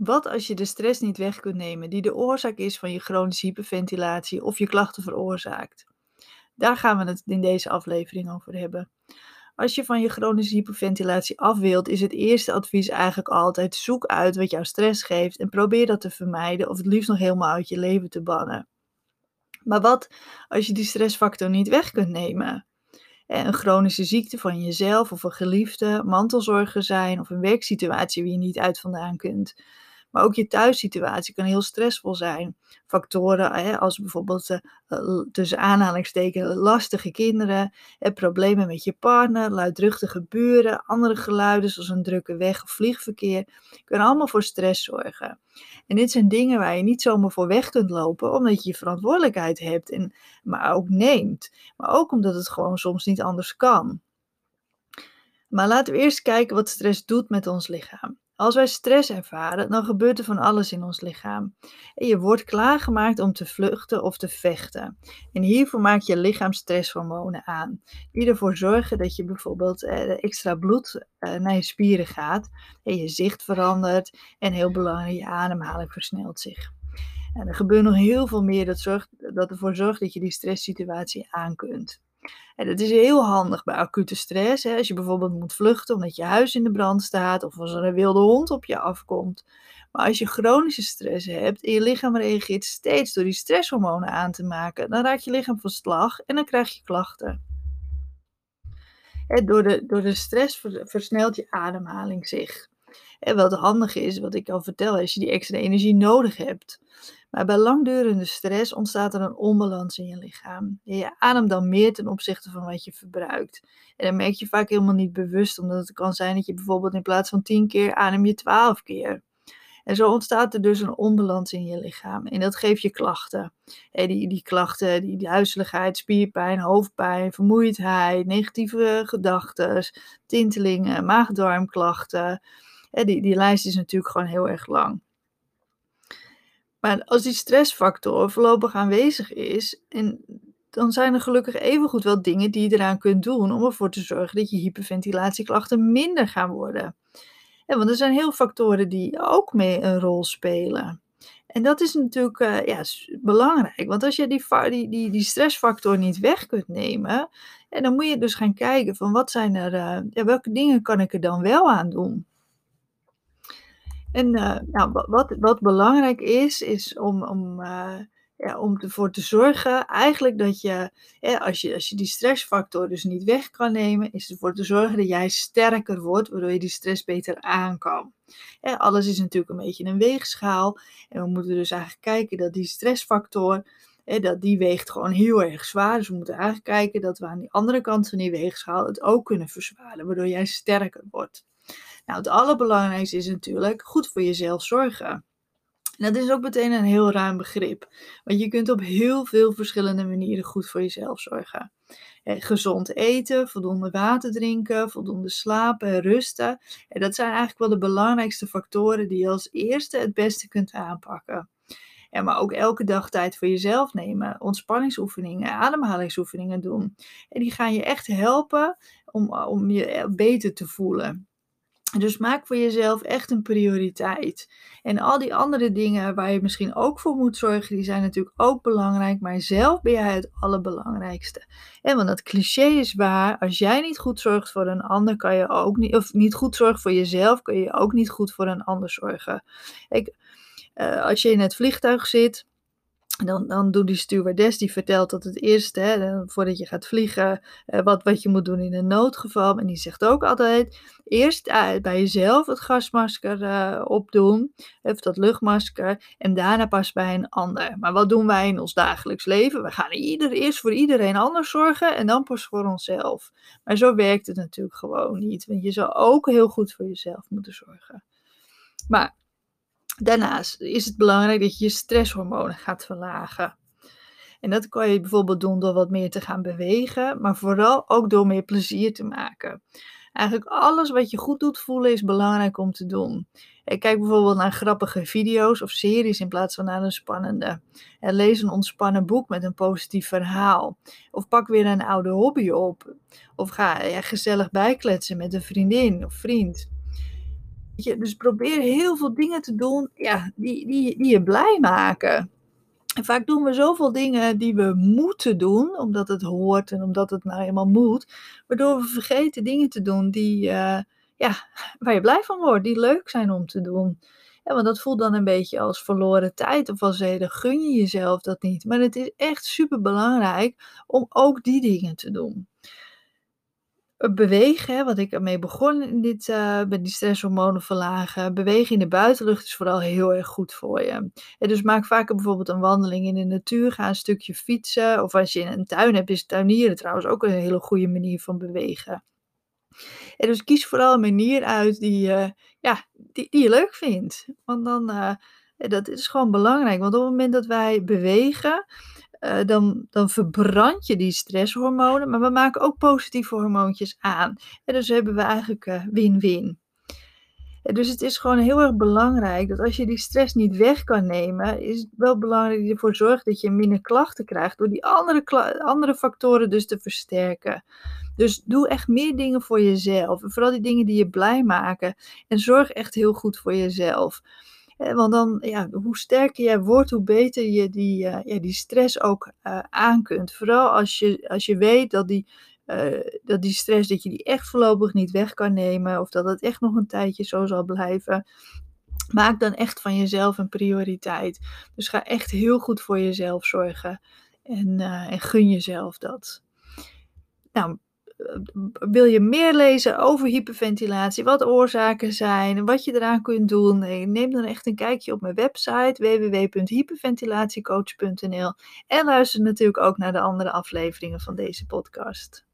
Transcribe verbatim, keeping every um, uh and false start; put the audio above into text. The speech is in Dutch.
Wat als je de stress niet weg kunt nemen die de oorzaak is van je chronische hyperventilatie of je klachten veroorzaakt? Daar gaan we het in deze aflevering over hebben. Als je van je chronische hyperventilatie af wilt, is het eerste advies eigenlijk altijd: zoek uit wat jou stress geeft en probeer dat te vermijden of het liefst nog helemaal uit je leven te bannen. Maar wat als je die stressfactor niet weg kunt nemen? Eh, Een chronische ziekte van jezelf of een geliefde, mantelzorger zijn of een werksituatie waar je niet uit vandaan kunt. Maar ook je thuissituatie kan heel stressvol zijn. Factoren hè, als bijvoorbeeld eh, eh, tussen aanhalingstekens lastige kinderen, eh, problemen met je partner, luidruchtige buren, andere geluiden zoals een drukke weg of vliegverkeer, kunnen allemaal voor stress zorgen. En dit zijn dingen waar je niet zomaar voor weg kunt lopen, omdat je je verantwoordelijkheid hebt en maar ook neemt. Maar ook omdat het gewoon soms niet anders kan. Maar laten we eerst kijken wat stress doet met ons lichaam. Als wij stress ervaren, dan gebeurt er van alles in ons lichaam. En je wordt klaargemaakt om te vluchten of te vechten. En hiervoor maakt je lichaam stresshormonen aan, die ervoor zorgen dat je bijvoorbeeld eh, extra bloed eh, naar je spieren gaat, en je zicht verandert en heel belangrijk, je ademhaling versnelt zich. En er gebeurt nog heel veel meer dat, zorgt, dat ervoor zorgt dat je die stresssituatie aan kunt. En dat is heel handig bij acute stress, hè, als je bijvoorbeeld moet vluchten omdat je huis in de brand staat of als er een wilde hond op je afkomt. Maar als je chronische stress hebt en je lichaam reageert steeds door die stresshormonen aan te maken, dan raakt je lichaam van slag en dan krijg je klachten. Hè, door de, door de stress ver- versnelt je ademhaling zich. En wat handig is, wat ik al vertel, is je die extra energie nodig hebt. Maar bij langdurende stress ontstaat er een onbalans in je lichaam. Je ademt dan meer ten opzichte van wat je verbruikt. En dat merk je vaak helemaal niet bewust, omdat het kan zijn dat je bijvoorbeeld in plaats van tien keer adem je twaalf keer. En zo ontstaat er dus een onbalans in je lichaam. En dat geeft je klachten. En die, die klachten, die, die huizeligheid, spierpijn, hoofdpijn, vermoeidheid, negatieve gedachten, tintelingen, maag-darmklachten. Hè, die, die lijst is natuurlijk gewoon heel erg lang. Maar als die stressfactor voorlopig aanwezig is, en dan zijn er gelukkig evengoed wel dingen die je eraan kunt doen om ervoor te zorgen dat je hyperventilatieklachten minder gaan worden. Ja, want er zijn heel factoren die ook mee een rol spelen. En dat is natuurlijk eh, ja, s- belangrijk, want als je die, fa- die, die, die stressfactor niet weg kunt nemen, en dan moet je dus gaan kijken van wat zijn er, eh, ja, welke dingen kan ik er dan wel aan doen. En, eh, nou, wa wat wat belangrijk is, is om om, eh, ja, om ervoor te zorgen eigenlijk dat je, hè, als je als je die stressfactor dus niet weg kan nemen, is ervoor te zorgen dat jij sterker wordt, waardoor je die stress beter aan kan. Hè, alles is natuurlijk een beetje een weegschaal en we moeten dus eigenlijk kijken dat die stressfactor, hè, dat die weegt gewoon heel erg zwaar. Dus we moeten eigenlijk kijken dat we aan die andere kant van die weegschaal het ook kunnen verzwaren, waardoor jij sterker wordt. Nou, het allerbelangrijkste is natuurlijk goed voor jezelf zorgen. En dat is ook meteen een heel ruim begrip, want je kunt op heel veel verschillende manieren goed voor jezelf zorgen. Eh, gezond eten, voldoende water drinken, voldoende slapen en rusten. En dat zijn eigenlijk wel de belangrijkste factoren die je als eerste het beste kunt aanpakken. En maar ook elke dag tijd voor jezelf nemen, ontspanningsoefeningen, ademhalingsoefeningen doen. En die gaan je echt helpen om, om je eh, beter te voelen. Dus maak voor jezelf echt een prioriteit. En al die andere dingen waar je misschien ook voor moet zorgen, die zijn natuurlijk ook belangrijk, maar zelf ben jij het allerbelangrijkste. En want dat cliché is waar, als jij niet goed zorgt voor een ander, kan je ook niet, of niet goed zorgt voor jezelf, kun je ook niet goed voor een ander zorgen. Ik, eh, als je in het vliegtuig zit, dan dan doet die stewardess, die vertelt dat het eerste, hè, eh, voordat je gaat vliegen, eh, wat wat je moet doen in een noodgeval. En die zegt ook altijd: eerst, eh, bij jezelf het gasmasker, eh, opdoen, of dat luchtmasker, en daarna pas bij een ander. Maar wat doen wij in ons dagelijks leven? We gaan ieder eerst voor iedereen anders zorgen en dan pas voor onszelf. Maar zo werkt het natuurlijk gewoon niet, want je zou ook heel goed voor jezelf moeten zorgen. Maar daarnaast is het belangrijk dat je je stresshormonen gaat verlagen. En dat kan je bijvoorbeeld doen door wat meer te gaan bewegen, maar vooral ook door meer plezier te maken. Eigenlijk alles wat je goed doet voelen is belangrijk om te doen. Eh, Kijk bijvoorbeeld naar grappige video's of series in plaats van naar een spannende. En lees een ontspannen boek met een positief verhaal. Of pak weer een oude hobby op. Of ga ja, gezellig bijkletsen met een vriendin of vriend. je, dus probeer heel veel dingen te doen, ja, die die die je blij maken. En vaak doen we zoveel dingen die we moeten doen, omdat het hoort en omdat het nou eenmaal moet, waardoor we vergeten dingen te doen die, eh, ja, waar je blij van wordt, die leuk zijn om te doen. Ja, want dat voelt dan een beetje als verloren tijd of als hé, dan gun je jezelf dat niet. Maar het is echt superbelangrijk om ook die dingen te doen. Eh, bewegen, hè, wat ik ermee begon in dit, eh, met die stresshormonen verlagen. Bewegen in de buitenlucht is vooral heel erg goed voor je. En dus maak vaker bijvoorbeeld een wandeling in de natuur. Ga een stukje fietsen. Of als je een tuin hebt, is tuinieren trouwens ook een hele goede manier van bewegen. En dus kies vooral een manier uit die, eh, ja, die, die je leuk vindt. Want dan, eh, dat is gewoon belangrijk. Want op het moment dat wij bewegen, eh, dan dan verbrand je die stresshormonen, maar we maken ook positieve hormoontjes aan. En dus hebben we eigenlijk, eh, win-win. En dus het is gewoon heel erg belangrijk dat als je die stress niet weg kan nemen, is het wel belangrijk dat je ervoor zorgt dat je minder klachten krijgt door die andere kla andere factoren dus te versterken. Dus doe echt meer dingen voor jezelf en vooral die dingen die je blij maken en zorg echt heel goed voor jezelf. Eh, want dan, ja, hoe sterker jij wordt, hoe beter je die, eh, ja, die stress ook, eh, aan kunt. Vooral als je als je weet dat die, eh, dat die stress dat je die echt voorlopig niet weg kan nemen of dat het echt nog een tijdje zo zal blijven. Maak dan echt van jezelf een prioriteit. Dus ga echt heel goed voor jezelf zorgen en, eh, en gun jezelf dat. Nou, eh, wil je meer lezen over hyperventilatie, wat oorzaken zijn en wat je eraan kunt doen? Eh, neem dan echt een kijkje op mijn website w w w punt hyperventilatiecoach punt n l en luister natuurlijk ook naar de andere afleveringen van deze podcast.